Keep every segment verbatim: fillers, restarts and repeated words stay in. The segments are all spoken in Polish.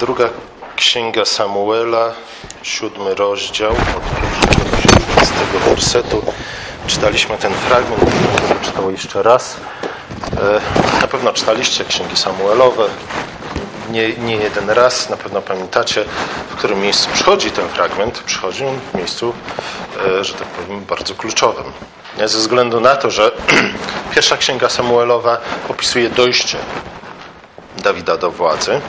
Druga Księga Samuela, siódmy rozdział, od pierwszego do siedemnastego wersetu. Czytaliśmy ten fragment, będę czytał jeszcze raz. Na pewno czytaliście Księgi Samuelowe, nie, nie jeden raz, na pewno pamiętacie, w którym miejscu przychodzi ten fragment. Przychodzi on w miejscu, że tak powiem, bardzo kluczowym. Ze względu na to, że pierwsza Księga Samuelowa opisuje dojście Dawida do władzy.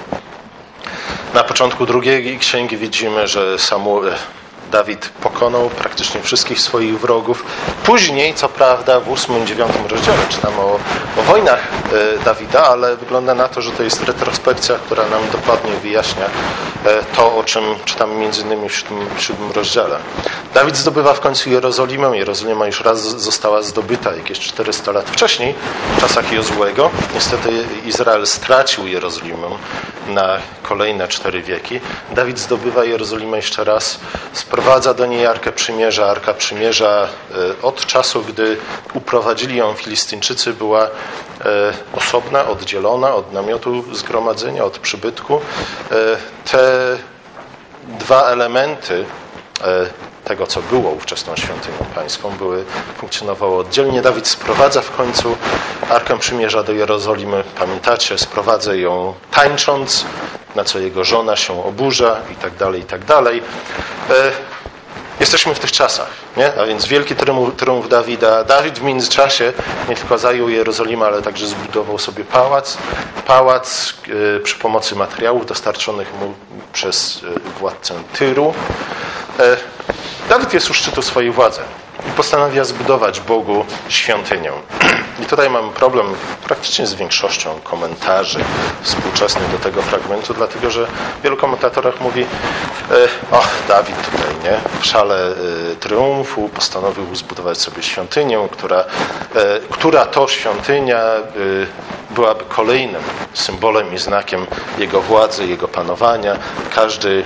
Na początku drugiej księgi widzimy, że Samuel, Dawid pokonał praktycznie wszystkich swoich wrogów. Później, co prawda, w ósmym, dziewiątym rozdziale czytamy o, o wojnach Dawida, ale wygląda na to, że to jest retrospekcja, która nam dokładnie wyjaśnia to, o czym czytamy między innymi w siódmym, w siódmym rozdziale. Dawid zdobywa w końcu Jerozolimę. Jerozolima już raz została zdobyta jakieś czterysta lat wcześniej, w czasach Jozłego. Niestety Izrael stracił Jerozolimę na kolejne cztery wieki. Dawid zdobywa Jerozolimę jeszcze raz, sprowadza do niej Arkę Przymierza. Arka Przymierza od czasu, gdy uprowadzili ją Filistyńczycy, była osobna, oddzielona od namiotu zgromadzenia, od przybytku. Te dwa elementy tego, co było ówczesną świątynią pańską, były, funkcjonowały oddzielnie. Dawid sprowadza w końcu Arkę Przymierza do Jerozolimy. Pamiętacie, sprowadza ją tańcząc, na co jego żona się oburza i tak dalej, i tak dalej. Jesteśmy w tych czasach, nie? A więc wielki triumf, triumf Dawida. Dawid w międzyczasie nie tylko zajął Jerozolimę, ale także zbudował sobie pałac. Pałac e, przy pomocy materiałów dostarczonych mu przez e, władcę Tyru. E, Dawid jest u szczytu swojej władzy i postanawia zbudować Bogu świątynię. I tutaj mamy problem praktycznie z większością komentarzy współczesnych do tego fragmentu, dlatego że w wielu komentatorach mówi: o, Dawid tutaj, nie, w szale y, triumfu postanowił zbudować sobie świątynię, która, y, która to świątynia y, byłaby kolejnym symbolem i znakiem jego władzy, jego panowania. Każdy,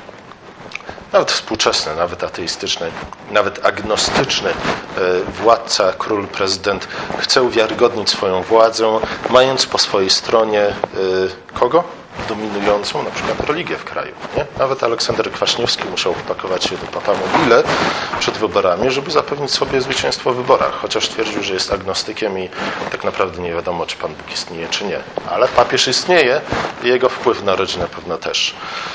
nawet współczesny, nawet ateistyczny, nawet agnostyczny władca, król, prezydent chce uwiarygodnić swoją władzę, mając po swojej stronie kogo? Dominującą na przykład religię w kraju. Nie? Nawet Aleksander Kwaśniewski musiał wpakować się do Papamobile przed wyborami, żeby zapewnić sobie zwycięstwo w wyborach, chociaż twierdził, że jest agnostykiem i tak naprawdę nie wiadomo, czy Pan Bóg istnieje, czy nie. Ale papież istnieje i jego wpływ na rodzinę pewno też.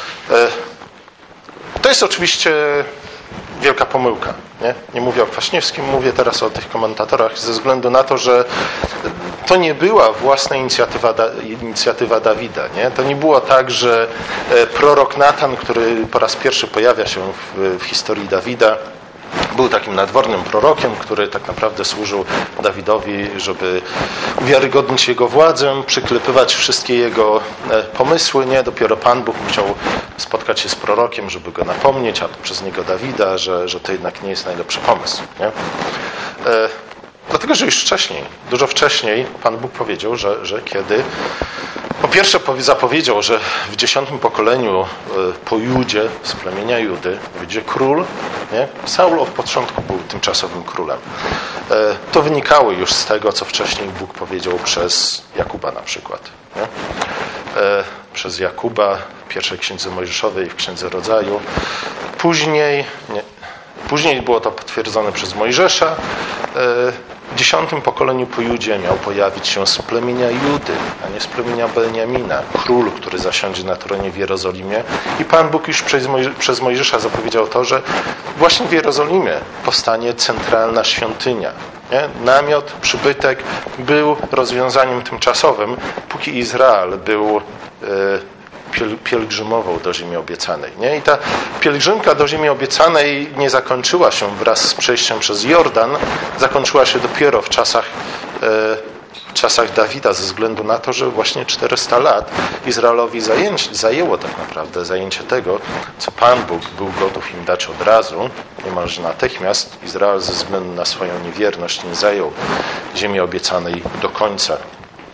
To jest oczywiście wielka pomyłka. Nie? nie mówię o Kwaśniewskim, mówię teraz o tych komentatorach ze względu na to, że to nie była własna inicjatywa, inicjatywa Dawida. Nie? To nie było tak, że prorok Natan, który po raz pierwszy pojawia się w, w historii Dawida, był takim nadwornym prorokiem, który tak naprawdę służył Dawidowi, żeby uwiarygodnić jego władzę, przyklepywać wszystkie jego pomysły. Nie, dopiero Pan Bóg musiał spotkać się z prorokiem, żeby go napomnieć, a przez niego Dawida, że, że to jednak nie jest najlepszy pomysł. Nie? E, dlatego, że już wcześniej, dużo wcześniej Pan Bóg powiedział, że, że kiedy po pierwsze zapowiedział, że w dziesiątym pokoleniu po Judzie, z plemienia Judy, będzie król. Nie? Saul od początku był tymczasowym królem. To wynikało już z tego, co wcześniej Bóg powiedział przez Jakuba na przykład. Nie? Przez Jakuba w pierwszej księdze Mojżeszowej, w księdze Rodzaju. Później, nie, później było to potwierdzone przez Mojżesza. W dziesiątym pokoleniu po Judzie miał pojawić się z plemienia Judy, a nie z plemienia Benjamina, król, który zasiądzie na tronie w Jerozolimie. I Pan Bóg już przez, Mojż- przez Mojżesza zapowiedział to, że właśnie w Jerozolimie powstanie centralna świątynia. Nie? Namiot, przybytek był rozwiązaniem tymczasowym, póki Izrael był e, pielgrzymował do ziemi obiecanej. Nie? I ta pielgrzymka do ziemi obiecanej nie zakończyła się wraz z przejściem przez Jordan, zakończyła się dopiero w czasach, e, w czasach Dawida, ze względu na to, że właśnie czterysta lat Izraelowi zajęcie, zajęło tak naprawdę zajęcie tego, co Pan Bóg był gotów im dać od razu, niemalże natychmiast. Izrael ze względu na swoją niewierność nie zajął ziemi obiecanej do końca.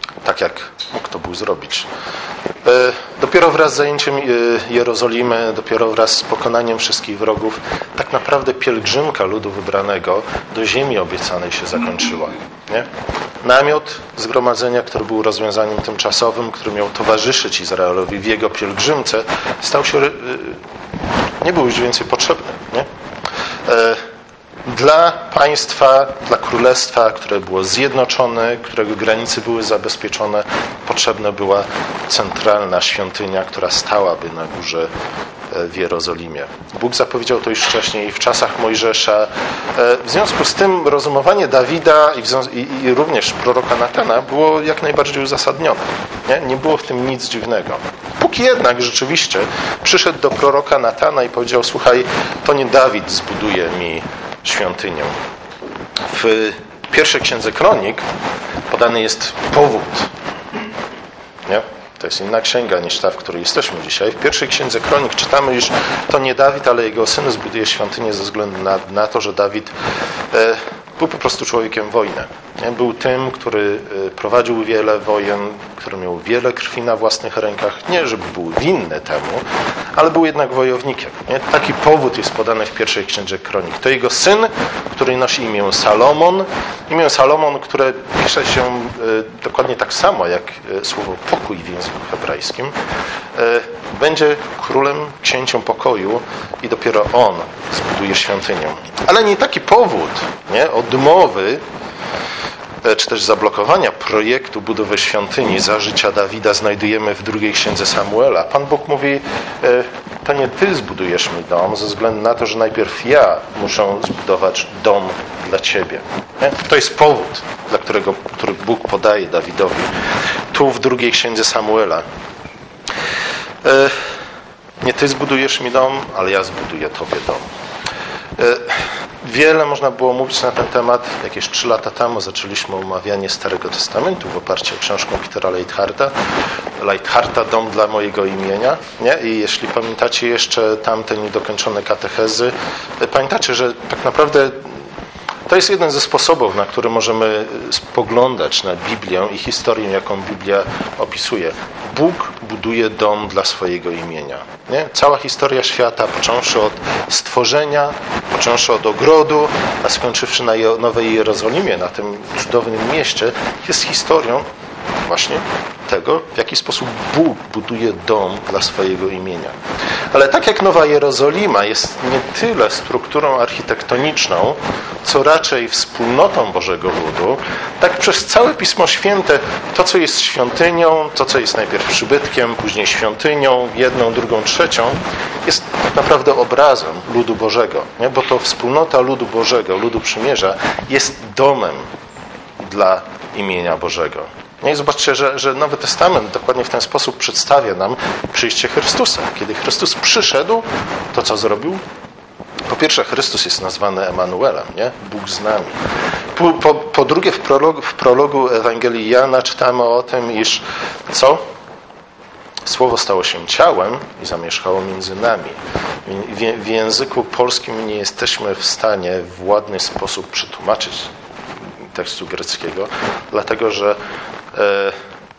tak jak mógł to był zrobić. Dopiero wraz z zajęciem Jerozolimy, dopiero wraz z pokonaniem wszystkich wrogów, tak naprawdę pielgrzymka ludu wybranego do ziemi obiecanej się zakończyła. Nie? Namiot zgromadzenia, który był rozwiązaniem tymczasowym, który miał towarzyszyć Izraelowi w jego pielgrzymce, stał się, nie był już więcej potrzebny. Nie? Dla państwa, dla królestwa, które było zjednoczone, którego granice były zabezpieczone, potrzebna była centralna świątynia, która stałaby na górze w Jerozolimie. Bóg zapowiedział to już wcześniej w czasach Mojżesza. W związku z tym rozumowanie Dawida i, w, i, i również proroka Natana było jak najbardziej uzasadnione. Nie? Nie było w tym nic dziwnego. Bóg jednak rzeczywiście przyszedł do proroka Natana i powiedział: słuchaj, to nie Dawid zbuduje mi świątynię. W pierwszej księdze Kronik podany jest powód. Nie? To jest inna księga niż ta, w której jesteśmy dzisiaj. W pierwszej księdze Kronik czytamy, iż to nie Dawid, ale jego syn zbuduje świątynię ze względu na, na to, że Dawid e, był po prostu człowiekiem wojny. Nie? Był tym, który prowadził wiele wojen, który miał wiele krwi na własnych rękach. Nie, żeby był winny temu, ale był jednak wojownikiem. Nie? Taki powód jest podany w pierwszej księdze Kronik. To jego syn, który nosi imię Salomon. Imię Salomon, które pisze się e, dokładnie tak samo jak e, słowo pokój w języku hebrajskim, e, będzie królem, księciem pokoju i dopiero on zbuduje świątynię. Ale nie taki powód, nie? Odmowy czy też zablokowania projektu budowy świątyni za życia Dawida znajdujemy w drugiej księdze Samuela. Pan Bóg mówi: to nie ty zbudujesz mi dom, ze względu na to, że najpierw ja muszę zbudować dom dla ciebie. Nie? To jest powód, dla którego który Bóg podaje Dawidowi. Tu w drugiej księdze Samuela. Nie ty zbudujesz mi dom, ale ja zbuduję tobie dom. Wiele można było mówić na ten temat. Jakieś trzy lata temu zaczęliśmy omawianie Starego Testamentu w oparciu o książkę Petera Leitharta. Leitharta, Dom dla mojego imienia. Nie? I jeśli pamiętacie jeszcze tamte niedokończone katechezy, pamiętacie, że tak naprawdę to jest jeden ze sposobów, na który możemy spoglądać na Biblię i historię, jaką Biblia opisuje. Bóg buduje dom dla swojego imienia. Nie? Cała historia świata, począwszy od stworzenia, począwszy od ogrodu, a skończywszy na Nowej Jerozolimie, na tym cudownym mieście, jest historią właśnie tego, w jaki sposób Bóg buduje dom dla swojego imienia. Ale tak jak Nowa Jerozolima jest nie tyle strukturą architektoniczną, co raczej wspólnotą Bożego Ludu, tak przez całe Pismo Święte to, co jest świątynią, to, co jest najpierw przybytkiem, później świątynią, jedną, drugą, trzecią, jest tak naprawdę obrazem ludu Bożego. Nie? Bo to wspólnota ludu Bożego, ludu przymierza, jest domem dla imienia Bożego. No i zobaczcie, że, że Nowy Testament dokładnie w ten sposób przedstawia nam przyjście Chrystusa. Kiedy Chrystus przyszedł, to co zrobił? Po pierwsze, Chrystus jest nazwany Emanuelem, nie? Bóg z nami. Po, po, po drugie, w prologu, w prologu Ewangelii Jana czytamy o tym, iż co? Słowo stało się ciałem i zamieszkało między nami. W, w języku polskim nie jesteśmy w stanie w ładny sposób przetłumaczyć tekstu greckiego, dlatego że e,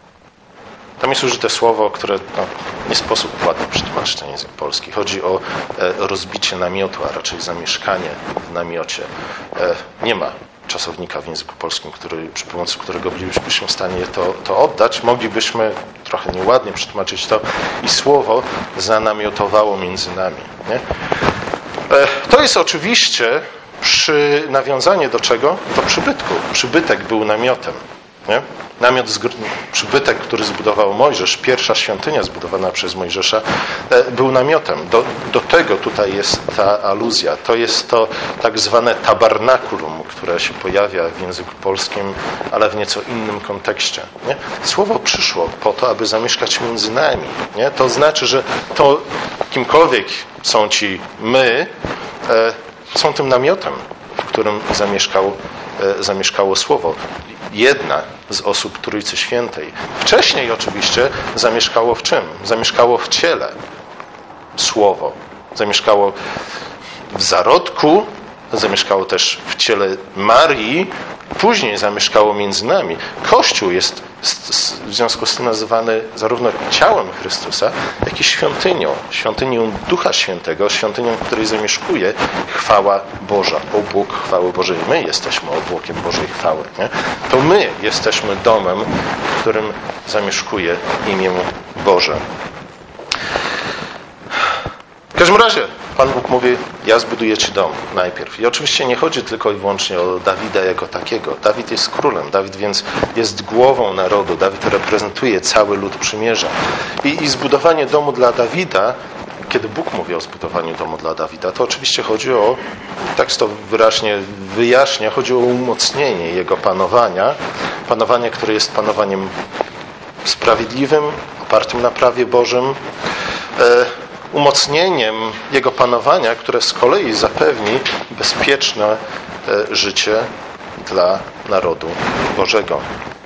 tam jest użyte słowo, które no, nie sposób ładnie przetłumaczyć na język polski. Chodzi o e, rozbicie namiotu, a raczej zamieszkanie w namiocie. E, nie ma czasownika w języku polskim, który, przy pomocy którego bylibyśmy w stanie to, to oddać. Moglibyśmy trochę nieładnie przetłumaczyć to i słowo zanamiotowało między nami. Nie? E, to jest oczywiście przy nawiązanie do czego? Do przybytku. Przybytek był namiotem. Nie? Namiot, przybytek, który zbudował Mojżesz, pierwsza świątynia zbudowana przez Mojżesza, był namiotem. Do, do tego tutaj jest ta aluzja. To jest to tak zwane tabernakulum, które się pojawia w języku polskim, ale w nieco innym kontekście. Nie? Słowo przyszło po to, aby zamieszkać między nami. Nie? To znaczy, że to kimkolwiek są ci my, e, są tym namiotem, w którym zamieszkał, e, zamieszkało Słowo. Jedna z osób Trójcy Świętej. Wcześniej oczywiście zamieszkało w czym? Zamieszkało w ciele. Słowo. Zamieszkało w zarodku zamieszkało też w ciele Marii, później zamieszkało między nami. Kościół jest w związku z tym nazywany zarówno ciałem Chrystusa, jak i świątynią. Świątynią Ducha Świętego, świątynią, w której zamieszkuje chwała Boża. Obłok chwały Bożej. My jesteśmy obłokiem Bożej chwały. Nie? To my jesteśmy domem, w którym zamieszkuje imię Boże. W każdym razie Pan Bóg mówi, ja zbuduję ci dom najpierw. I oczywiście nie chodzi tylko i wyłącznie o Dawida jako takiego. Dawid jest królem, Dawid więc jest głową narodu. Dawid reprezentuje cały lud przymierza. I, i zbudowanie domu dla Dawida, kiedy Bóg mówi o zbudowaniu domu dla Dawida, to oczywiście chodzi o, tekst to wyraźnie wyjaśnia, chodzi o umocnienie jego panowania. Panowanie, które jest panowaniem sprawiedliwym, opartym na prawie Bożym, e, umocnieniem jego panowania, które z kolei zapewni bezpieczne życie dla narodu Bożego.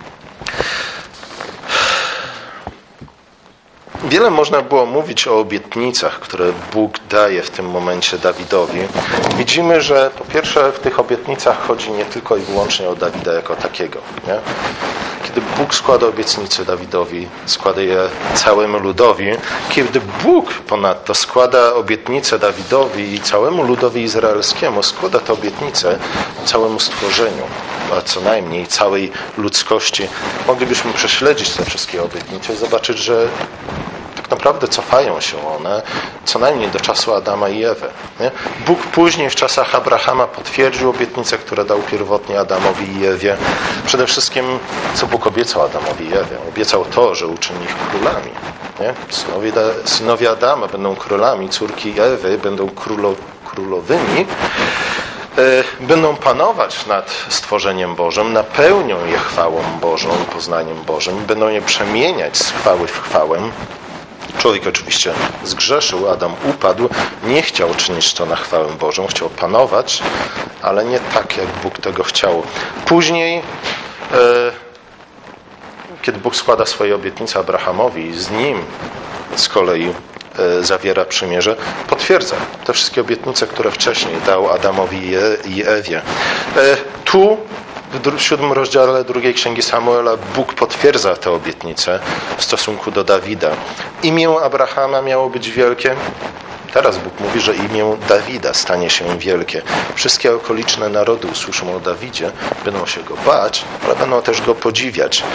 Wiele można było mówić o obietnicach, które Bóg daje w tym momencie Dawidowi. Widzimy, że po pierwsze w tych obietnicach chodzi nie tylko i wyłącznie o Dawida jako takiego. Nie? Kiedy Bóg składa obietnice Dawidowi, składa je całemu ludowi. Kiedy Bóg ponadto składa obietnicę Dawidowi i całemu ludowi izraelskiemu, składa te obietnice całemu stworzeniu, a co najmniej całej ludzkości. Moglibyśmy prześledzić te wszystkie obietnice i zobaczyć, że tak naprawdę cofają się one co najmniej do czasu Adama i Ewy. Nie? Bóg później w czasach Abrahama potwierdził obietnicę, które dał pierwotnie Adamowi i Ewie. Przede wszystkim, co Bóg obiecał Adamowi i Ewie? Obiecał to, że uczyni ich królami. Nie? Synowie, synowie Adama będą królami, córki Ewy będą królo, królowymi. Będą panować nad stworzeniem Bożym, napełnią je chwałą Bożą, poznaniem Bożym, będą je przemieniać z chwały w chwałę. Człowiek oczywiście zgrzeszył, Adam upadł, nie chciał czynić to na chwałę Bożą, chciał panować, ale nie tak, jak Bóg tego chciał. Później, e, kiedy Bóg składa swoje obietnice Abrahamowi i z nim z kolei e, zawiera przymierze, potwierdza te wszystkie obietnice, które wcześniej dał Adamowi i Ewie. E, tu w siódmym rozdziale drugiej Księgi Samuela Bóg potwierdza te obietnice w stosunku do Dawida. Imię Abrahama miało być wielkie. Teraz Bóg mówi, że imię Dawida stanie się wielkie. Wszystkie okoliczne narody usłyszą o Dawidzie, będą się go bać, ale będą też go podziwiać.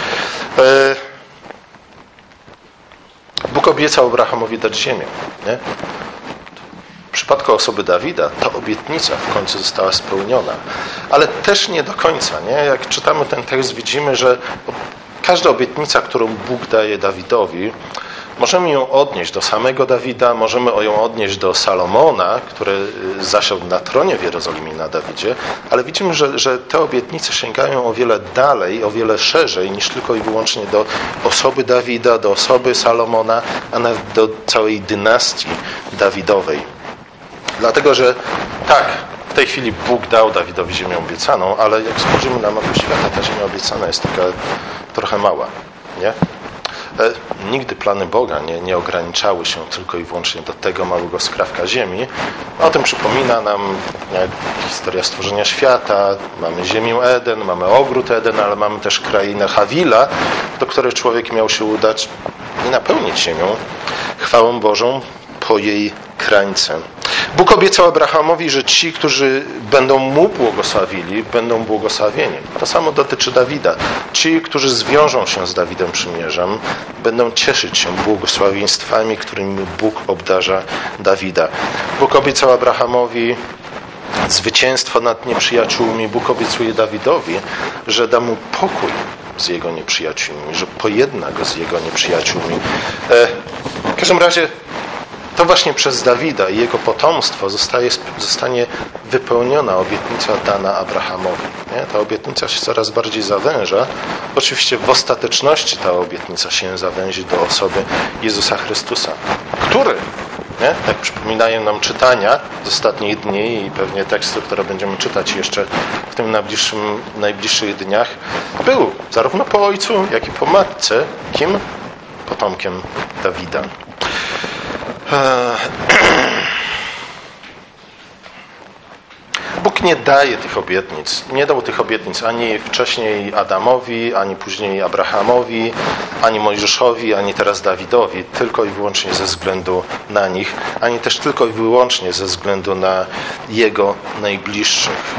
Bóg obiecał Abrahamowi dać ziemię. Nie? W przypadku osoby Dawida ta obietnica w końcu została spełniona. Ale też nie do końca. Nie? Jak czytamy ten tekst, widzimy, że każda obietnica, którą Bóg daje Dawidowi, możemy ją odnieść do samego Dawida, możemy ją odnieść do Salomona, który zasiadł na tronie w Jerozolimie na Dawidzie, ale widzimy, że, że te obietnice sięgają o wiele dalej, o wiele szerzej niż tylko i wyłącznie do osoby Dawida, do osoby Salomona, a nawet do całej dynastii Dawidowej. Dlatego, że tak, w tej chwili Bóg dał Dawidowi ziemię obiecaną, ale jak spojrzymy na mapę świata, ta ziemia obiecana jest taka trochę mała, nie? Nigdy plany Boga nie, nie ograniczały się tylko i wyłącznie do tego małego skrawka ziemi. O tym przypomina nam jak historia stworzenia świata. Mamy ziemię Eden, mamy ogród Eden, ale mamy też krainę Hawila, do której człowiek miał się udać i napełnić ziemią chwałą Bożą po jej krańce. Bóg obiecał Abrahamowi, że ci, którzy będą mu błogosławili, będą błogosławieni. To samo dotyczy Dawida. Ci, którzy zwiążą się z Dawidem przymierzem, będą cieszyć się błogosławieństwami, którymi Bóg obdarza Dawida. Bóg obiecał Abrahamowi zwycięstwo nad nieprzyjaciółmi. Bóg obiecuje Dawidowi, że da mu pokój z jego nieprzyjaciółmi, że pojedna go z jego nieprzyjaciółmi. W każdym razie to właśnie przez Dawida i jego potomstwo zostaje, zostanie wypełniona obietnica dana Abrahamowi. Nie? Ta obietnica się coraz bardziej zawęża. Oczywiście w ostateczności ta obietnica się zawęzi do osoby Jezusa Chrystusa, który, nie? Jak przypominają nam czytania z ostatnich dni i pewnie teksty, które będziemy czytać jeszcze w tym najbliższym, najbliższych dniach, był zarówno po ojcu, jak i po matce, kim? Potomkiem Dawida. Bóg Bóg nie daje tych obietnic. Nie dał tych obietnic ani wcześniej Adamowi, ani później Abrahamowi, ani Mojżeszowi, ani teraz Dawidowi, tylko i wyłącznie ze względu na nich, ani też tylko i wyłącznie ze względu na jego najbliższych.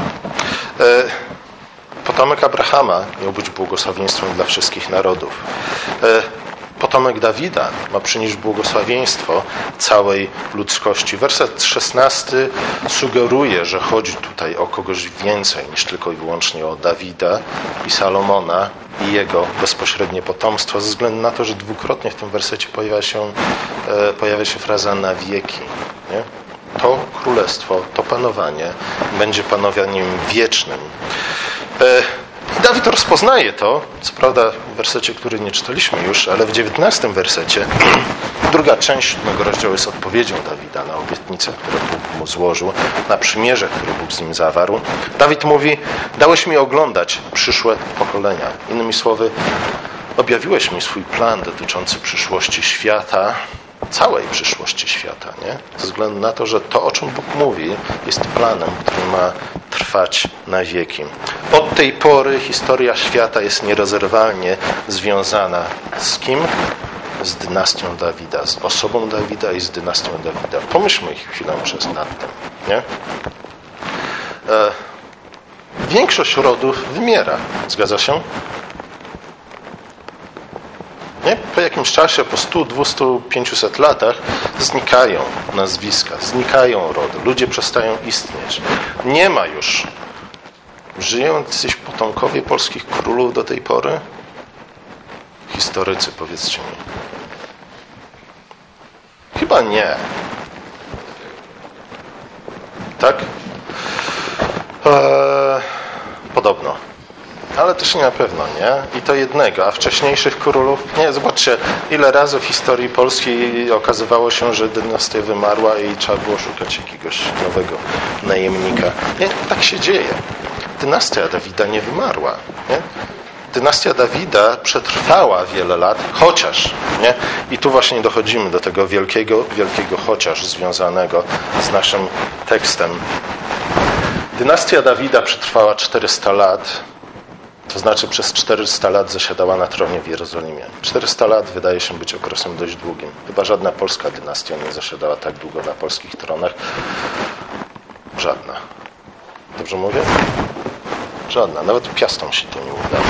Potomek Abrahama miał być błogosławieństwem dla wszystkich narodów. Potomek Dawida ma przynieść błogosławieństwo całej ludzkości. Werset szesnasty sugeruje, że chodzi tutaj o kogoś więcej niż tylko i wyłącznie o Dawida i Salomona i jego bezpośrednie potomstwo, ze względu na to, że dwukrotnie w tym wersecie pojawia się, pojawia się fraza na wieki. Nie? To królestwo, to panowanie będzie panowaniem wiecznym. Dawid rozpoznaje to, co prawda w wersecie, który nie czytaliśmy już, ale w dziewiętnastym wersecie, druga część siódmego rozdziału jest odpowiedzią Dawida na obietnicę, którą Bóg mu złożył, na przymierze, które Bóg z nim zawarł. Dawid mówi: dałeś mi oglądać przyszłe pokolenia. Innymi słowy, objawiłeś mi swój plan dotyczący przyszłości świata, całej przyszłości świata, nie? Ze względu na to, że to, o czym Bóg mówi, jest planem, który ma trwać na wieki. Od tej pory historia świata jest nierozerwalnie związana z kim? Z dynastią Dawida, z osobą Dawida i z dynastią Dawida. Pomyślmy chwilę przez nad tym, nie? E, większość rodów wymiera. Zgadza się? Nie? Po jakimś czasie, po stu, dwustu, pięciuset latach znikają nazwiska, znikają rody. Ludzie przestają istnieć. Nie ma już. Żyją jacyś potomkowie polskich królów do tej pory? Historycy, powiedzcie mi. Chyba nie. Tak? Eee, podobno. Ale też nie na pewno, nie? I to jednego, a wcześniejszych królów... Nie, zobaczcie, ile razy w historii polskiej okazywało się, że dynastia wymarła i trzeba było szukać jakiegoś nowego najemnika. Nie, tak się dzieje. Dynastia Dawida nie wymarła, nie? Dynastia Dawida przetrwała wiele lat, chociaż, nie? I tu właśnie dochodzimy do tego wielkiego, wielkiego chociaż związanego z naszym tekstem. Dynastia Dawida przetrwała czterysta lat, to znaczy przez czterysta lat zasiadała na tronie w Jerozolimie. czterysta lat wydaje się być okresem dość długim. Chyba żadna polska dynastia nie zasiadała tak długo na polskich tronach. Żadna. Dobrze mówię? Żadna. Nawet Piastom się to nie udało.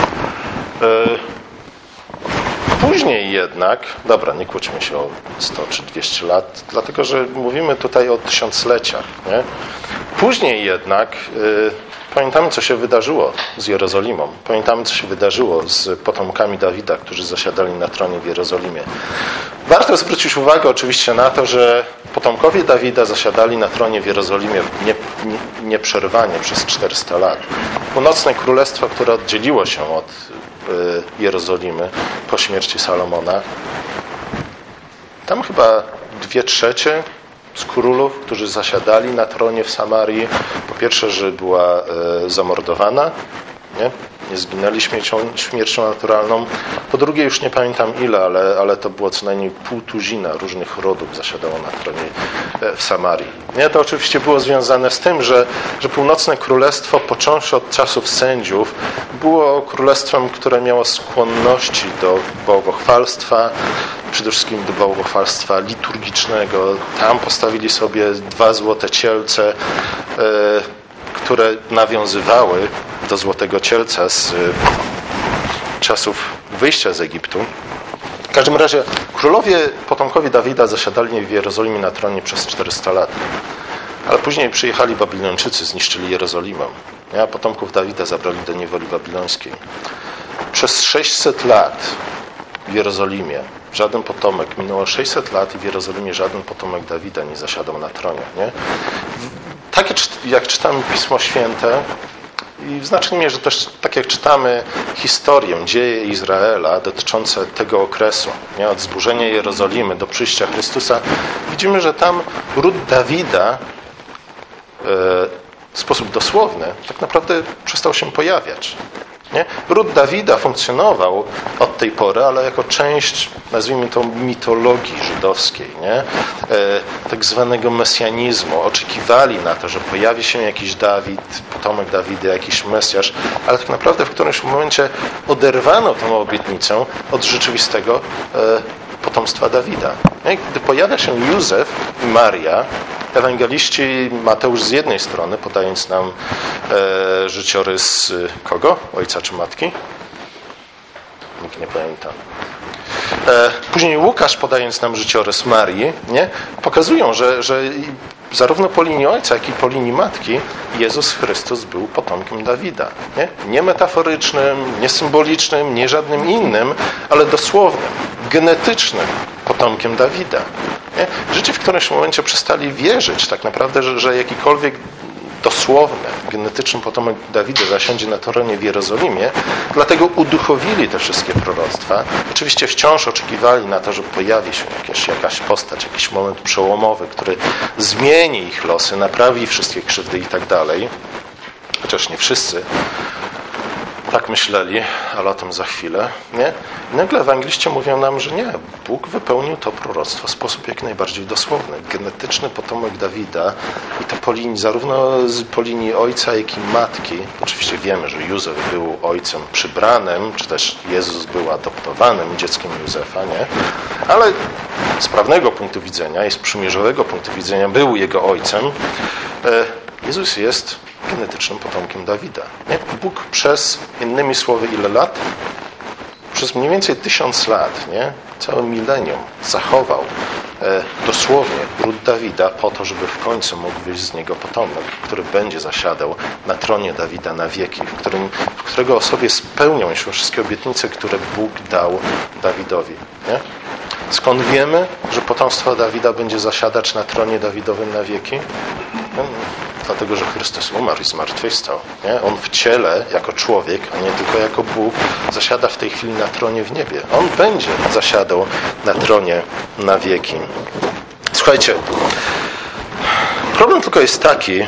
Później jednak, dobra, nie kłóćmy się o sto czy dwieście lat, dlatego że mówimy tutaj o tysiącleciach, nie? Później jednak yy, pamiętamy, co się wydarzyło z Jerozolimą. Pamiętamy, co się wydarzyło z potomkami Dawida, którzy zasiadali na tronie w Jerozolimie. Warto zwrócić uwagę oczywiście na to, że potomkowie Dawida zasiadali na tronie w Jerozolimie nieprzerwanie przez czterysta lat. Północne królestwo, które oddzieliło się od Jerozolimy po śmierci Salomona, tam chyba dwie trzecie z królów, którzy zasiadali na tronie w Samarii, po pierwsze, że była zamordowana, nie? Nie zginęli śmiercią, śmiercią naturalną. Po drugie, już nie pamiętam ile, ale, ale to było co najmniej pół tuzina różnych rodów zasiadało na tronie w Samarii. Nie? To oczywiście było związane z tym, że, że północne królestwo, począwszy od czasów sędziów, było królestwem, które miało skłonności do bałwochwalstwa, przede wszystkim do bałwochwalstwa liturgicznego. Tam postawili sobie dwa złote cielce, yy, które nawiązywały do złotego cielca z czasów wyjścia z Egiptu. W każdym razie królowie, potomkowie Dawida zasiadali w Jerozolimie na tronie przez czterysta lat. Ale później przyjechali Babilończycy, zniszczyli Jerozolimę. A potomków Dawida zabrali do niewoli babilońskiej. Przez sześćset lat w Jerozolimie żaden potomek, minęło sześćset lat i w Jerozolimie żaden potomek Dawida nie zasiadał na tronie. Nie? Tak jak czytamy Pismo Święte i w znacznej mierze też tak jak czytamy historię, dzieje Izraela dotyczące tego okresu, nie? Od zburzenia Jerozolimy do przyjścia Chrystusa, widzimy, że tam ród Dawida w sposób dosłowny tak naprawdę przestał się pojawiać. Nie? Ród Dawida funkcjonował od tej pory, ale jako część, nazwijmy to, mitologii żydowskiej, nie? E, tak zwanego mesjanizmu. Oczekiwali na to, że pojawi się jakiś Dawid, potomek Dawida, jakiś Mesjasz, ale tak naprawdę w którymś momencie oderwano tą obietnicę od rzeczywistego e, potomstwa Dawida. Nie? Gdy pojawia się Józef i Maria, ewangeliści Mateusz z jednej strony, podając nam e, życiorys kogo? Ojca czy matki? Nikt nie pamięta. E, później Łukasz, podając nam życiorys Marii, nie? Pokazują, że, że zarówno po linii ojca, jak i po linii matki Jezus Chrystus był potomkiem Dawida. Nie, nie metaforycznym, nie symbolicznym, nie żadnym innym, ale dosłownym, genetycznym potomkiem Dawida. Nie? Żydzi w którymś momencie przestali wierzyć tak naprawdę, że, że jakikolwiek dosłowny, genetyczny potomek Dawida zasiądzie na tronie w Jerozolimie, dlatego uduchowili te wszystkie proroctwa. Oczywiście wciąż oczekiwali na to, że pojawi się jakieś, jakaś postać, jakiś moment przełomowy, który zmieni ich losy, naprawi wszystkie krzywdy i tak dalej. Chociaż nie wszyscy tak myśleli, ale o tym za chwilę. Nie? I nagle ewangeliści mówią nam, że nie. Bóg wypełnił to proroctwo w sposób jak najbardziej dosłowny. Genetyczny potomek Dawida i to po linii, zarówno po linii ojca, jak i matki. Oczywiście wiemy, że Józef był ojcem przybranym, czy też Jezus był adoptowanym dzieckiem Józefa, nie? Ale z prawnego punktu widzenia i z przymierzowego punktu widzenia był jego ojcem. Jezus jest genetycznym potomkiem Dawida. Nie? Bóg przez, innymi słowy, ile lat? Przez mniej więcej tysiąc lat, nie? Całe milenium zachował e, dosłownie ród Dawida po to, żeby w końcu mógł wyjść z niego potomek, który będzie zasiadał na tronie Dawida na wieki, w, którym, w którego osobie spełnią się wszystkie obietnice, które Bóg dał Dawidowi. Nie? Skąd wiemy, że potomstwo Dawida będzie zasiadać na tronie Dawidowym na wieki? No, dlatego, że Chrystus umarł i zmartwychwstał. Nie? On w ciele, jako człowiek, a nie tylko jako Bóg, zasiada w tej chwili na tronie w niebie. On będzie zasiadał na tronie na wieki. Słuchajcie, problem tylko jest taki,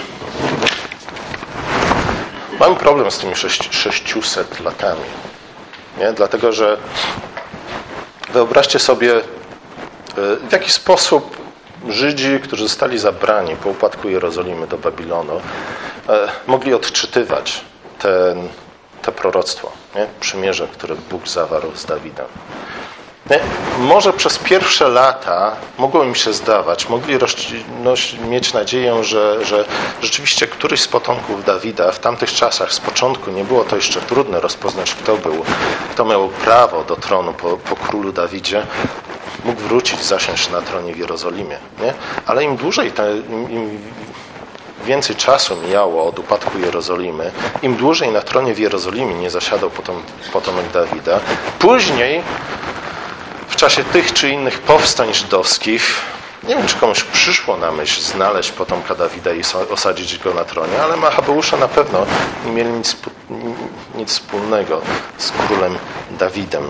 mam problem z tymi sześciuset latami. Nie? Dlatego, że wyobraźcie sobie, w jaki sposób Żydzi, którzy zostali zabrani po upadku Jerozolimy do Babilonu, mogli odczytywać ten, to proroctwo, nie? Przymierze, które Bóg zawarł z Dawidem. Nie? Może przez pierwsze lata mogło im się zdawać, mogli no, mieć nadzieję, że, że rzeczywiście któryś z potomków Dawida w tamtych czasach, z początku nie było to jeszcze trudne rozpoznać, kto był, kto miał prawo do tronu po, po królu Dawidzie, mógł wrócić, zasiąść na tronie w Jerozolimie. Nie? Ale im dłużej, im, im więcej czasu mijało od upadku Jerozolimy, im dłużej na tronie w Jerozolimie nie zasiadał potom, potomek Dawida, później w czasie tych czy innych powstań żydowskich, nie wiem, czy komuś przyszło na myśl znaleźć potomka Dawida i osadzić go na tronie, ale Machabeusze na pewno nie mieli nic, nic wspólnego z królem Dawidem.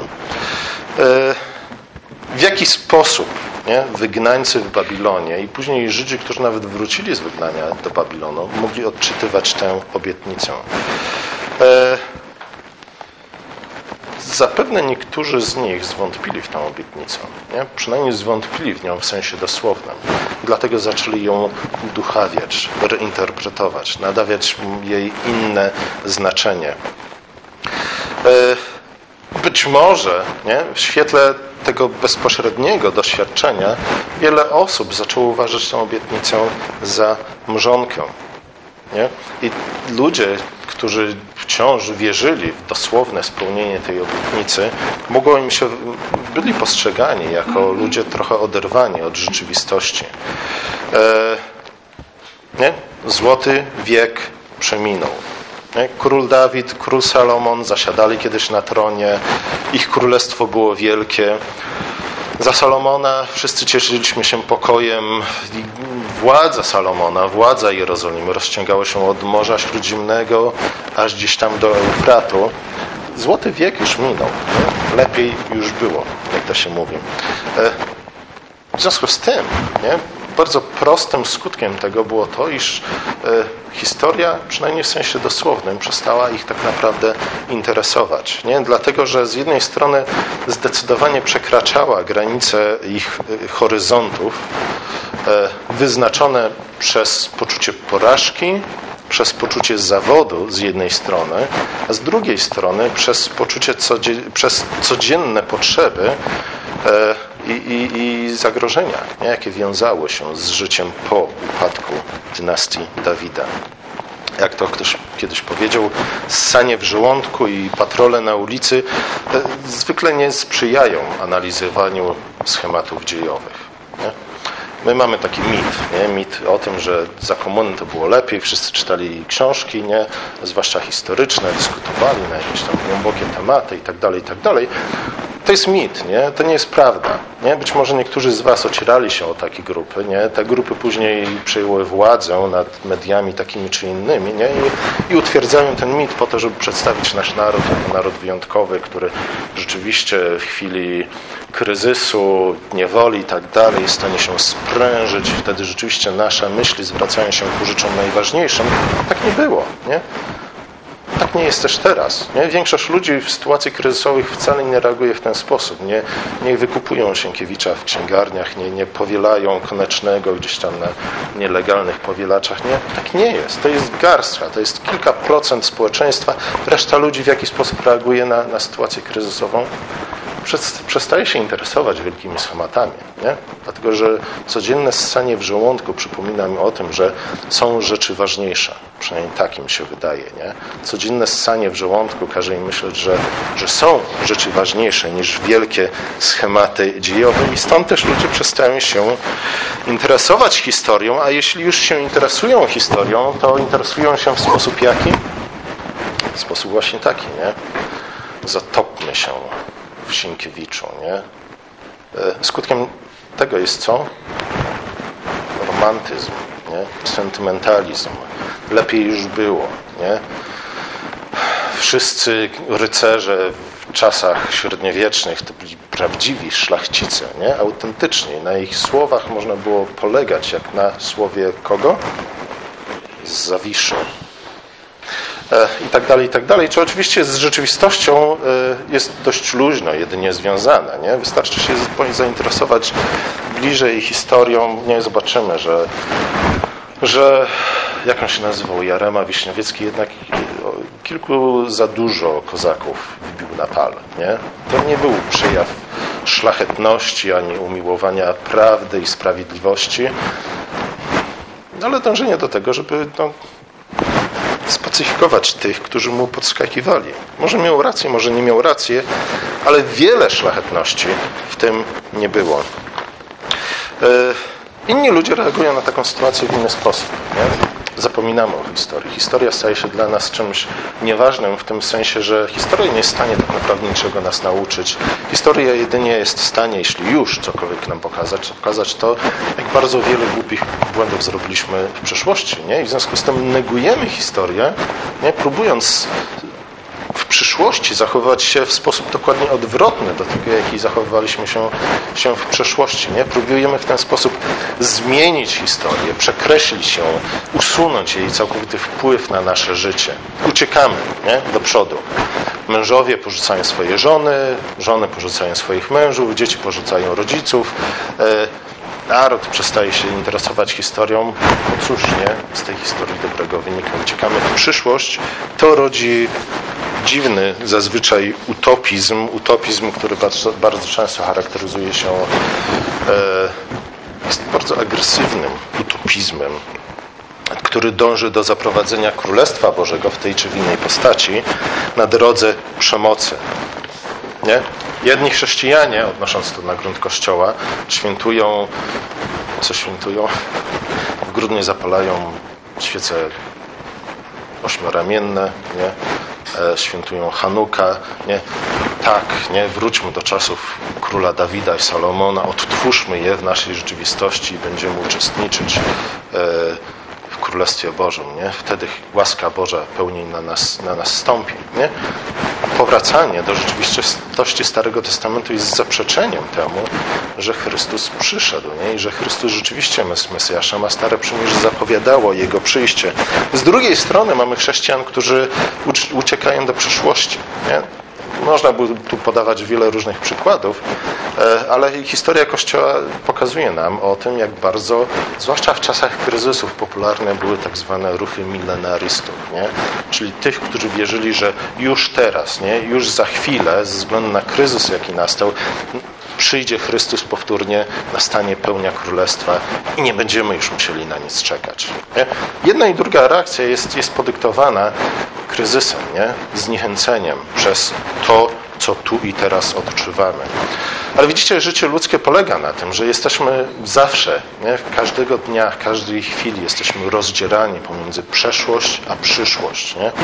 W jaki sposób, nie, wygnańcy w Babilonie i później Żydzi, którzy nawet wrócili z wygnania do Babilonu, mogli odczytywać tę obietnicę? Zapewne niektórzy z nich zwątpili w tę obietnicę. Nie? Przynajmniej zwątpili w nią w sensie dosłownym. Dlatego zaczęli ją uduchawiać, reinterpretować, nadawać jej inne znaczenie. Być może, nie? W świetle tego bezpośredniego doświadczenia wiele osób zaczęło uważać tę obietnicę za mrzonkę. Nie? I ludzie, którzy wciąż wierzyli w dosłowne spełnienie tej obietnicy, mogło im się, byli postrzegani jako ludzie trochę oderwani od rzeczywistości. E, nie? Złoty wiek przeminął. Nie? Król Dawid, król Salomon zasiadali kiedyś na tronie, ich królestwo było wielkie. Za Salomona wszyscy cieszyliśmy się pokojem. Władza Salomona, władza Jerozolimy rozciągała się od Morza Śródziemnego aż gdzieś tam do Eufratu. Złoty wiek już minął. Nie? Lepiej już było, jak to się mówi. W związku z tym, nie? Bardzo prostym skutkiem tego było to, iż historia, przynajmniej w sensie dosłownym, przestała ich tak naprawdę interesować. Nie? Dlatego, że z jednej strony zdecydowanie przekraczała granice ich horyzontów wyznaczone przez poczucie porażki, przez poczucie zawodu z jednej strony, a z drugiej strony przez poczucie, przez codzienne potrzeby i, i, i zagrożenia, nie? Jakie wiązały się z życiem po upadku dynastii Dawida. Jak to ktoś kiedyś powiedział, ssanie w żołądku i patrole na ulicy zwykle nie sprzyjają analizowaniu schematów dziejowych. Nie? My mamy taki mit, nie? Mit o tym, że za komuny to było lepiej, wszyscy czytali książki, nie? Zwłaszcza historyczne, dyskutowali na jakieś tam głębokie tematy i tak dalej, i tak dalej. To jest mit, nie? To nie jest prawda. Nie? Być może niektórzy z was ocierali się o takie grupy. Nie? Te grupy później przejęły władzę nad mediami takimi czy innymi, nie? I, i utwierdzają ten mit po to, żeby przedstawić nasz naród jako naród wyjątkowy, który rzeczywiście w chwili kryzysu, niewoli i tak dalej jest w stanie się sprężyć. Wtedy rzeczywiście nasze myśli zwracają się ku rzeczom najważniejszym. Tak nie było, nie? Tak nie jest też teraz. Nie? Większość ludzi w sytuacji kryzysowych wcale nie reaguje w ten sposób. Nie, nie wykupują Sienkiewicza w księgarniach, nie, nie powielają Konecznego gdzieś tam na nielegalnych powielaczach. Nie? Tak nie jest. To jest garstka, to jest kilka procent społeczeństwa. Reszta ludzi w jaki sposób reaguje na, na sytuację kryzysową? Przestaje się interesować wielkimi schematami, nie? Dlatego, że codzienne ssanie w żołądku przypomina mi o tym, że są rzeczy ważniejsze. Przynajmniej tak im się wydaje, nie? Codzienne ssanie w żołądku każe im myśleć, że, że są rzeczy ważniejsze niż wielkie schematy dziejowe i stąd też ludzie przestają się interesować historią, a jeśli już się interesują historią, to interesują się w sposób jaki? W sposób właśnie taki, nie? Zatopmy się w Sienkiewiczu, nie? Skutkiem tego jest co? Romantyzm, nie? Sentymentalizm. Lepiej już było, nie? Wszyscy rycerze w czasach średniowiecznych to byli prawdziwi szlachcice, nie? Autentyczni. Na ich słowach można było polegać, jak na słowie kogo? Z Zawiszy. I tak dalej, i tak dalej. Czy oczywiście z rzeczywistością jest dość luźno, jedynie związane. Nie? Wystarczy się zainteresować bliżej historią. Nie zobaczymy, że, że jak on się nazywał, Jarema Wiśniowiecki, jednak kilku za dużo kozaków wbił na pal. Nie? To nie był przejaw szlachetności ani umiłowania prawdy i sprawiedliwości, ale dążenie do tego, żeby no, spacyfikować tych, którzy mu podskakiwali. Może miał rację, może nie miał racji, ale wiele szlachetności w tym nie było. Inni ludzie reagują na taką sytuację w inny sposób. Nie? Zapominamy o historii. Historia staje się dla nas czymś nieważnym w tym sensie, że historia nie jest w stanie tak naprawdę niczego nas nauczyć. Historia jedynie jest w stanie, jeśli już cokolwiek nam pokazać, pokazać to, jak bardzo wiele głupich błędów zrobiliśmy w przeszłości. Nie? I w związku z tym negujemy historię, nie? Próbując w przyszłości zachowywać się w sposób dokładnie odwrotny do tego, jaki zachowywaliśmy się, się w przeszłości. Nie? Próbujemy w ten sposób zmienić historię, przekreślić ją, usunąć jej całkowity wpływ na nasze życie. Uciekamy, nie? Do przodu. Mężowie porzucają swoje żony, żony porzucają swoich mężów, dzieci porzucają rodziców. Naród przestaje się interesować historią. No cóż, nie? Z tej historii dobrego wynika. Uciekamy w przyszłość. To rodzi dziwny zazwyczaj utopizm, utopizm, który bardzo, bardzo często charakteryzuje się e, jest bardzo agresywnym utopizmem, który dąży do zaprowadzenia Królestwa Bożego w tej czy w innej postaci na drodze przemocy. Nie? Jedni chrześcijanie, odnosząc to na grunt Kościoła, świętują, co świętują? W grudniu zapalają świece ośmioramienne, nie? Świętują Hanuka, nie? Tak, nie? Wróćmy do czasów króla Dawida i Salomona, odtwórzmy je w naszej rzeczywistości i będziemy uczestniczyć w Królestwie Bożym, nie? Wtedy łaska Boża pełniej na nas, na nas stąpi, nie? Powracanie do rzeczywistości Starego Testamentu jest zaprzeczeniem temu, że Chrystus przyszedł, nie? I że Chrystus rzeczywiście jest Mesjaszem, a Stare Przymierze zapowiadało Jego przyjście. Z drugiej strony mamy chrześcijan, którzy uciekają do przeszłości, nie? Można by tu podawać wiele różnych przykładów, ale historia Kościoła pokazuje nam o tym, jak bardzo, zwłaszcza w czasach kryzysów, popularne były tak zwane ruchy milenarystów, nie? Czyli tych, którzy wierzyli, że już teraz, nie? Już za chwilę, ze względu na kryzys, jaki nastał, przyjdzie Chrystus powtórnie, nastanie pełnia Królestwa i nie będziemy już musieli na nic czekać. Nie? Jedna i druga reakcja jest, jest podyktowana kryzysem, nie? Zniechęceniem przez to, co tu i teraz odczuwamy. Ale widzicie, życie ludzkie polega na tym, że jesteśmy zawsze, nie? W każdego dnia, w każdej chwili jesteśmy rozdzierani pomiędzy przeszłość a przyszłość. Nie?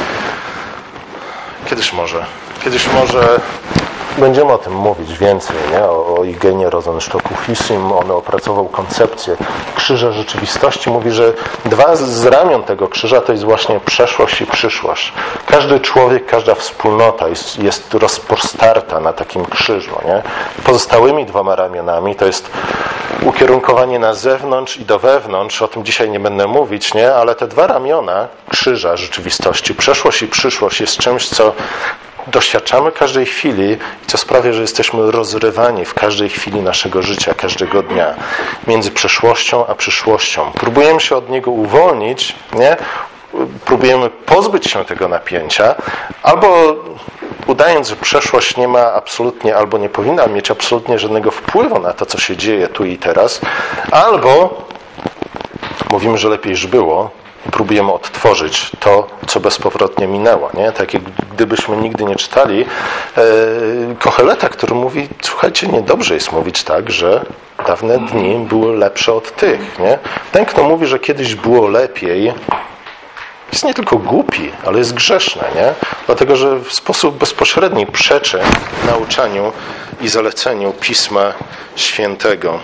Kiedyś może, kiedyś może będziemy o tym mówić więcej, nie? O, o Eugenie Rosenstocku-Huyssim. On opracował koncepcję krzyża rzeczywistości. Mówi, że dwa z ramion tego krzyża to jest właśnie przeszłość i przyszłość. Każdy człowiek, każda wspólnota jest, jest rozpostarta na takim krzyżu. Nie? Pozostałymi dwoma ramionami to jest ukierunkowanie na zewnątrz i do wewnątrz. O tym dzisiaj nie będę mówić, nie? Ale te dwa ramiona krzyża rzeczywistości, przeszłość i przyszłość, jest czymś, co doświadczamy każdej chwili i co sprawia, że jesteśmy rozrywani w każdej chwili naszego życia, każdego dnia między przeszłością a przyszłością. Próbujemy się od niego uwolnić, nie? Próbujemy pozbyć się tego napięcia, albo udając, że przeszłość nie ma absolutnie, albo nie powinna mieć absolutnie żadnego wpływu na to, co się dzieje tu i teraz, albo mówimy, że lepiej już było, i próbujemy odtworzyć to, co bezpowrotnie minęło. Nie? Tak jak gdybyśmy nigdy nie czytali e, Kocheleta, który mówi, słuchajcie, niedobrze jest mówić tak, że dawne dni były lepsze od tych. Nie? Ten, kto mówi, że kiedyś było lepiej, jest nie tylko głupi, ale jest grzeszny. Nie? Dlatego, że w sposób bezpośredni przeczy nauczaniu i zaleceniu Pisma Świętego.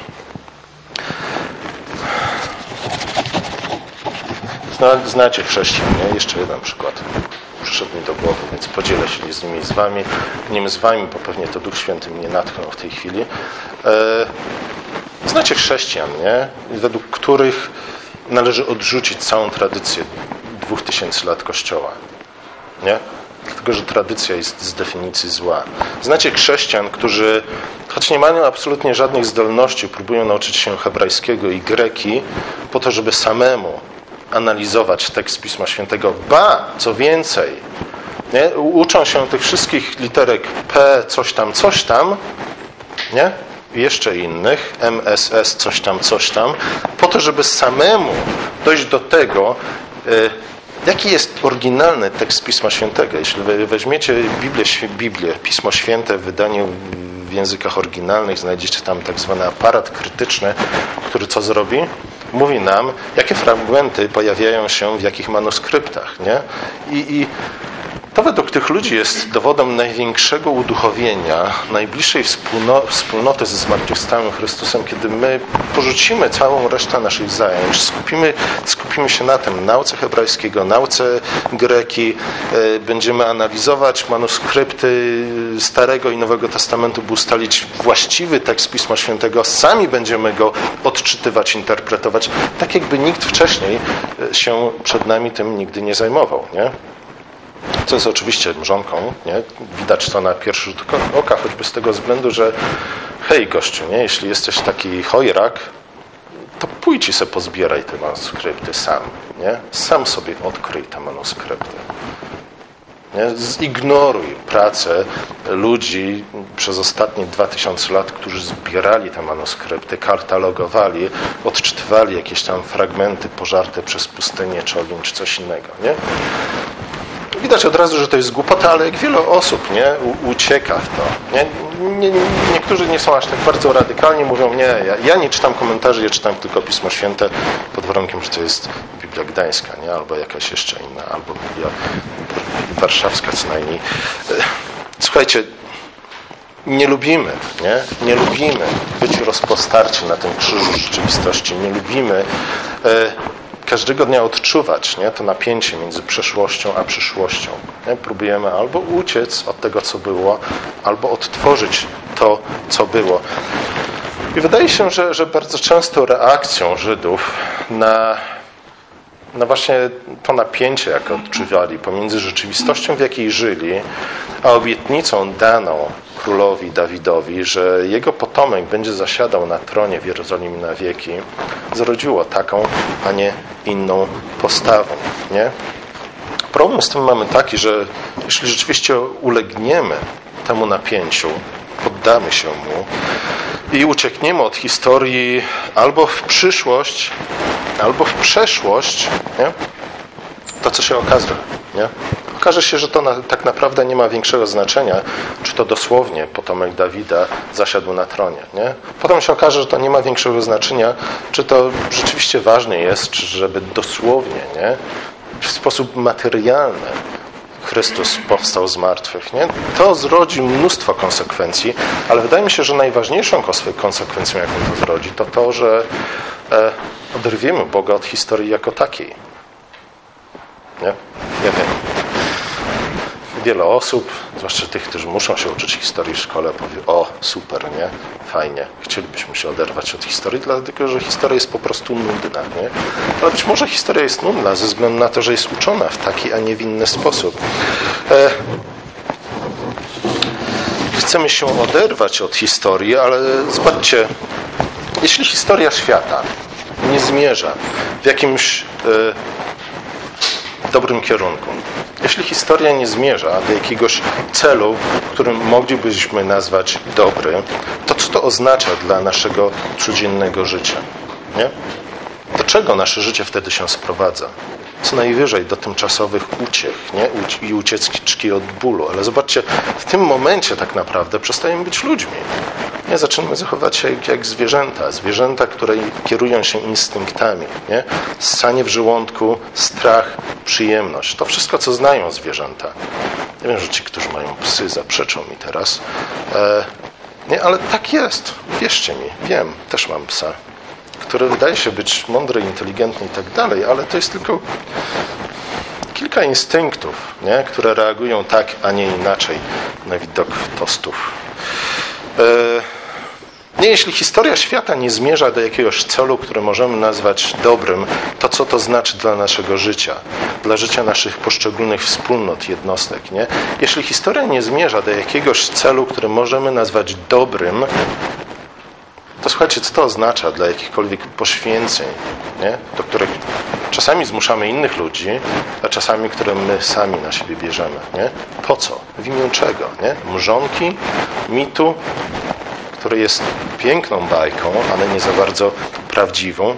Znacie chrześcijan, nie? Jeszcze jeden przykład przyszedł mi do głowy, więc podzielę się z nimi z wami. Nie z wami, bo pewnie to Duch Święty mnie natchnął w tej chwili. Znacie chrześcijan, nie? Według których należy odrzucić całą tradycję dwóch tysięcy lat Kościoła. Nie? Dlatego, że tradycja jest z definicji zła. Znacie chrześcijan, którzy, choć nie mają absolutnie żadnych zdolności, próbują nauczyć się hebrajskiego i greki po to, żeby samemu analizować tekst Pisma Świętego. Ba, co więcej, nie? Uczą się tych wszystkich literek P, coś tam, coś tam, nie? I jeszcze innych, M S S, coś tam, coś tam, po to, żeby samemu dojść do tego, jaki jest oryginalny tekst Pisma Świętego. Jeśli weźmiecie Biblię, Biblię, Pismo Święte w wydaniu w językach oryginalnych, znajdziecie tam tak zwany aparat krytyczny, który co zrobi? Mówi nam, jakie fragmenty pojawiają się w jakich manuskryptach. Nie? I, i to według tych ludzi jest dowodem największego uduchowienia, najbliższej wspólno, wspólnoty ze zmartwychwstałym Chrystusem, kiedy my porzucimy całą resztę naszych zajęć, skupimy, skupimy się na tym, nauce hebrajskiego, nauce greki, e, będziemy analizować manuskrypty Starego i Nowego Testamentu, by ustalić właściwy tekst Pisma Świętego, sami będziemy go odczytywać, interpretować, tak jakby nikt wcześniej się przed nami tym nigdy nie zajmował, nie? Co jest oczywiście mrzonką, nie? Widać to na pierwszy rzut oka, choćby z tego względu, że hej gościu, nie? Jeśli jesteś taki chojrak, to pójdź i sobie pozbieraj te manuskrypty sam, nie? Sam sobie odkryj te manuskrypty. Nie? Zignoruj pracę ludzi przez ostatnie dwa tysiące lat, którzy zbierali te manuskrypty, katalogowali, odczytywali jakieś tam fragmenty pożarte przez pustynię, czy ogień, czy coś innego, nie? Widać od razu, że to jest głupota, ale jak wiele osób, nie, U, ucieka w to. Nie? Nie, nie, niektórzy nie są aż tak bardzo radykalni, mówią, nie, ja, ja nie czytam komentarzy, ja czytam tylko Pismo Święte, pod warunkiem, że to jest Biblia Gdańska, nie? Albo jakaś jeszcze inna, albo Biblia Warszawska co najmniej. Słuchajcie, nie lubimy, nie? Nie lubimy być rozpostarci na tym krzyżu rzeczywistości, nie lubimy każdego dnia odczuwać, nie, to napięcie między przeszłością a przyszłością. Nie? Próbujemy albo uciec od tego, co było, albo odtworzyć to, co było. I wydaje się, że, że bardzo często reakcją Żydów na, na właśnie to napięcie, jakie odczuwali pomiędzy rzeczywistością, w jakiej żyli, a obietnicą daną królowi Dawidowi, że jego potomek będzie zasiadał na tronie w Jerozolimie na wieki, zrodziło taką, a nie inną postawę. Nie? Problem z tym mamy taki, że jeśli rzeczywiście ulegniemy temu napięciu, poddamy się mu i uciekniemy od historii albo w przyszłość, albo w przeszłość, nie? To co się okaże, nie? Okaże się, że to na, tak naprawdę nie ma większego znaczenia, czy to dosłownie potomek Dawida zasiadł na tronie. Nie? Potem się okaże, że to nie ma większego znaczenia, czy to rzeczywiście ważne jest, czy żeby dosłownie, nie? W sposób materialny Chrystus powstał z martwych. Nie? To zrodzi mnóstwo konsekwencji, ale wydaje mi się, że najważniejszą konsekwencją, jaką to zrodzi, to to, że e, oderwiemy Boga od historii jako takiej. Nie? Ja wiem. Wiele osób, zwłaszcza tych, którzy muszą się uczyć historii w szkole, powie: o, super, nie? Fajnie. Chcielibyśmy się oderwać od historii, dlatego że historia jest po prostu nudna, nie? Ale być może historia jest nudna ze względu na to, że jest uczona w taki, a nie w inny sposób. E... Chcemy się oderwać od historii, ale zobaczcie, jeśli historia świata nie zmierza w jakimś e... dobrym kierunku, jeśli historia nie zmierza do jakiegoś celu, którym moglibyśmy nazwać dobry, to co to oznacza dla naszego codziennego życia? Nie? Do czego nasze życie wtedy się sprowadza? Co najwyżej do tymczasowych uciech, nie? I ucieczki od bólu. Ale zobaczcie, w tym momencie tak naprawdę przestajemy być ludźmi. Nie? Zaczynamy zachowywać się jak, jak zwierzęta. Zwierzęta, które kierują się instynktami. Nie? Ssanie w żołądku, strach, przyjemność. To wszystko, co znają zwierzęta. Ja wiem, że ci, którzy mają psy, zaprzeczą mi teraz. E, nie, ale tak jest. Wierzcie mi. Wiem, też mam psa, który wydaje się być mądry, inteligentny i tak dalej, ale to jest tylko kilka instynktów, nie? Które reagują tak, a nie inaczej na widok tostów. E, nie, jeśli historia świata nie zmierza do jakiegoś celu, który możemy nazwać dobrym, to co to znaczy dla naszego życia, dla życia naszych poszczególnych wspólnot, jednostek, nie? Jeśli historia nie zmierza do jakiegoś celu, który możemy nazwać dobrym, to słuchajcie, co to oznacza dla jakichkolwiek poświęceń, nie? Do których czasami zmuszamy innych ludzi, a czasami, które my sami na siebie bierzemy. Nie? Po co? W imię czego? Nie? Mrzonki, mitu, który jest piękną bajką, ale nie za bardzo prawdziwą.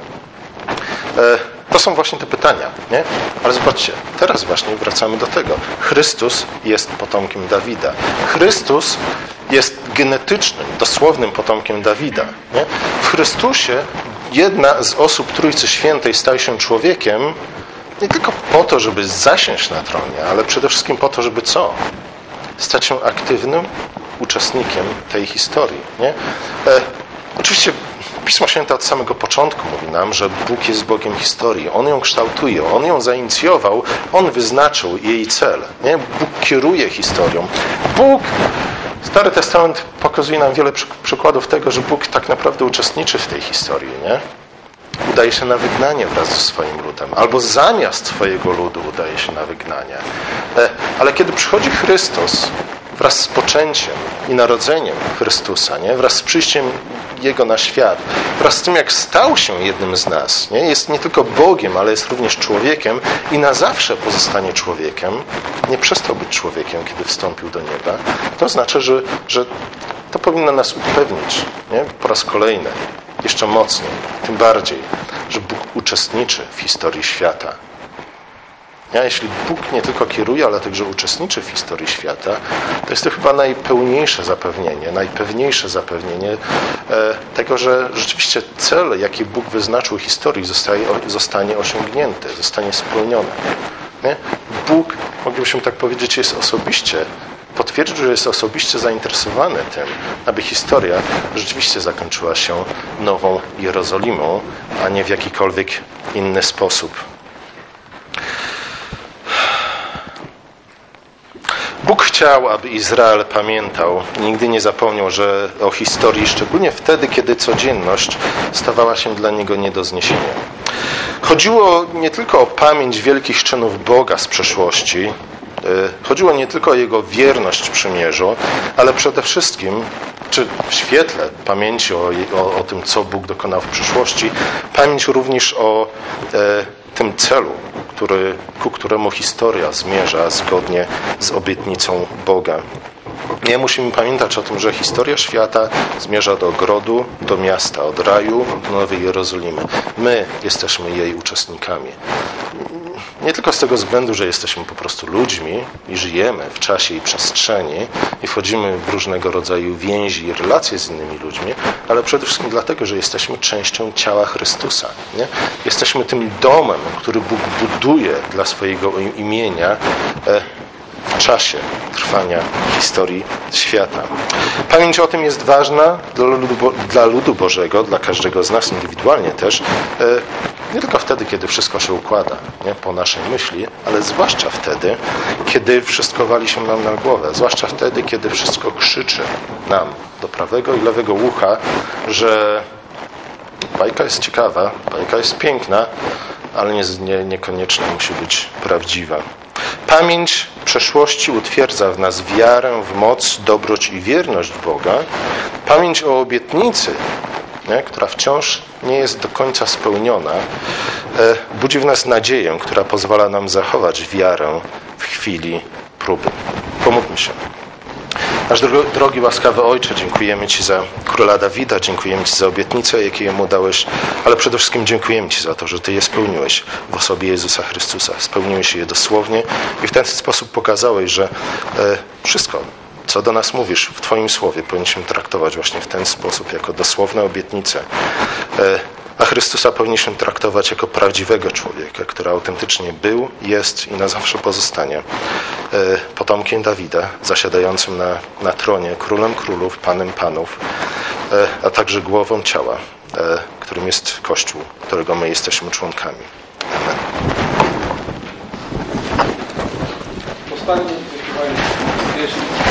To są właśnie te pytania. Nie? Ale zobaczcie, teraz właśnie wracamy do tego. Chrystus jest potomkiem Dawida. Chrystus jest genetycznym, dosłownym potomkiem Dawida. Nie? W Chrystusie jedna z osób Trójcy Świętej staje się człowiekiem nie tylko po to, żeby zasiąść na tronie, ale przede wszystkim po to, żeby co? Stać się aktywnym uczestnikiem tej historii. Nie? E, oczywiście Pismo Święte od samego początku mówi nam, że Bóg jest Bogiem historii. On ją kształtuje, On ją zainicjował, On wyznaczył jej cel. Nie? Bóg kieruje historią. Bóg Stary Testament pokazuje nam wiele przykładów tego, że Bóg tak naprawdę uczestniczy w tej historii, nie? Udaje się na wygnanie wraz ze swoim ludem, albo zamiast swojego ludu udaje się na wygnanie. Ale kiedy przychodzi Chrystus wraz z poczęciem i narodzeniem Chrystusa, nie? Wraz z przyjściem Jego na świat, wraz z tym, jak stał się jednym z nas, nie? Jest nie tylko Bogiem, ale jest również człowiekiem i na zawsze pozostanie człowiekiem, nie przestał być człowiekiem, kiedy wstąpił do nieba, to znaczy, że, że to powinno nas upewnić, nie? Po raz kolejny, jeszcze mocniej, tym bardziej, że Bóg uczestniczy w historii świata. Ja, jeśli Bóg nie tylko kieruje, ale także uczestniczy w historii świata, to jest to chyba najpełniejsze zapewnienie, najpewniejsze zapewnienie e, tego, że rzeczywiście cel, jaki Bóg wyznaczył historii, zostaje, zostanie osiągnięty, zostanie spełniony. Nie? Bóg, moglibyśmy tak powiedzieć, jest osobiście potwierdził, że jest osobiście zainteresowany tym, aby historia rzeczywiście zakończyła się Nową Jerozolimą, a nie w jakikolwiek inny sposób. Bóg chciał, aby Izrael pamiętał, nigdy nie zapomniał, że o historii, szczególnie wtedy, kiedy codzienność stawała się dla niego nie do zniesienia. Chodziło nie tylko o pamięć wielkich czynów Boga z przeszłości, chodziło nie tylko o Jego wierność przymierzu, ale przede wszystkim, czy w świetle pamięci o, o, o tym, co Bóg dokonał w przeszłości, pamięć również o e, tym celu, który, ku któremu historia zmierza zgodnie z obietnicą Boga. Nie musimy pamiętać o tym, że historia świata zmierza do ogrodu, do miasta, od raju do Nowej Jerozolimy. My jesteśmy jej uczestnikami. Nie tylko z tego względu, że jesteśmy po prostu ludźmi i żyjemy w czasie i przestrzeni i wchodzimy w różnego rodzaju więzi i relacje z innymi ludźmi, ale przede wszystkim dlatego, że jesteśmy częścią ciała Chrystusa. Nie? Jesteśmy tym domem, który Bóg buduje dla swojego imienia w czasie trwania historii świata. Pamięć o tym jest ważna dla ludu, dla ludu Bożego, dla każdego z nas indywidualnie też, nie tylko wtedy, kiedy wszystko się układa, nie, po naszej myśli, ale zwłaszcza wtedy, kiedy wszystko wali się nam na głowę, zwłaszcza wtedy, kiedy wszystko krzyczy nam do prawego i lewego ucha, że bajka jest ciekawa, bajka jest piękna, ale nie, nie, niekoniecznie musi być prawdziwa. Pamięć przeszłości utwierdza w nas wiarę w moc, dobroć i wierność Boga. Pamięć o obietnicy, nie, która wciąż nie jest do końca spełniona, e, budzi w nas nadzieję, która pozwala nam zachować wiarę w chwili próby. Pomódlmy się. Nasz drogi, łaskawy Ojcze, dziękujemy Ci za króla Dawida, dziękujemy Ci za obietnicę, jakie Mu dałeś, ale przede wszystkim dziękujemy Ci za to, że Ty je spełniłeś w osobie Jezusa Chrystusa. Spełniłeś je dosłownie i w ten sposób pokazałeś, że e, wszystko, co do nas mówisz w Twoim Słowie, powinniśmy traktować właśnie w ten sposób, jako dosłowne obietnice. E, a Chrystusa powinniśmy traktować jako prawdziwego człowieka, który autentycznie był, jest i na zawsze pozostanie potomkiem Dawida, zasiadającym na, na tronie, królem królów, panem panów, a także głową ciała, którym jest Kościół, którego my jesteśmy członkami. Amen. Ostatnie,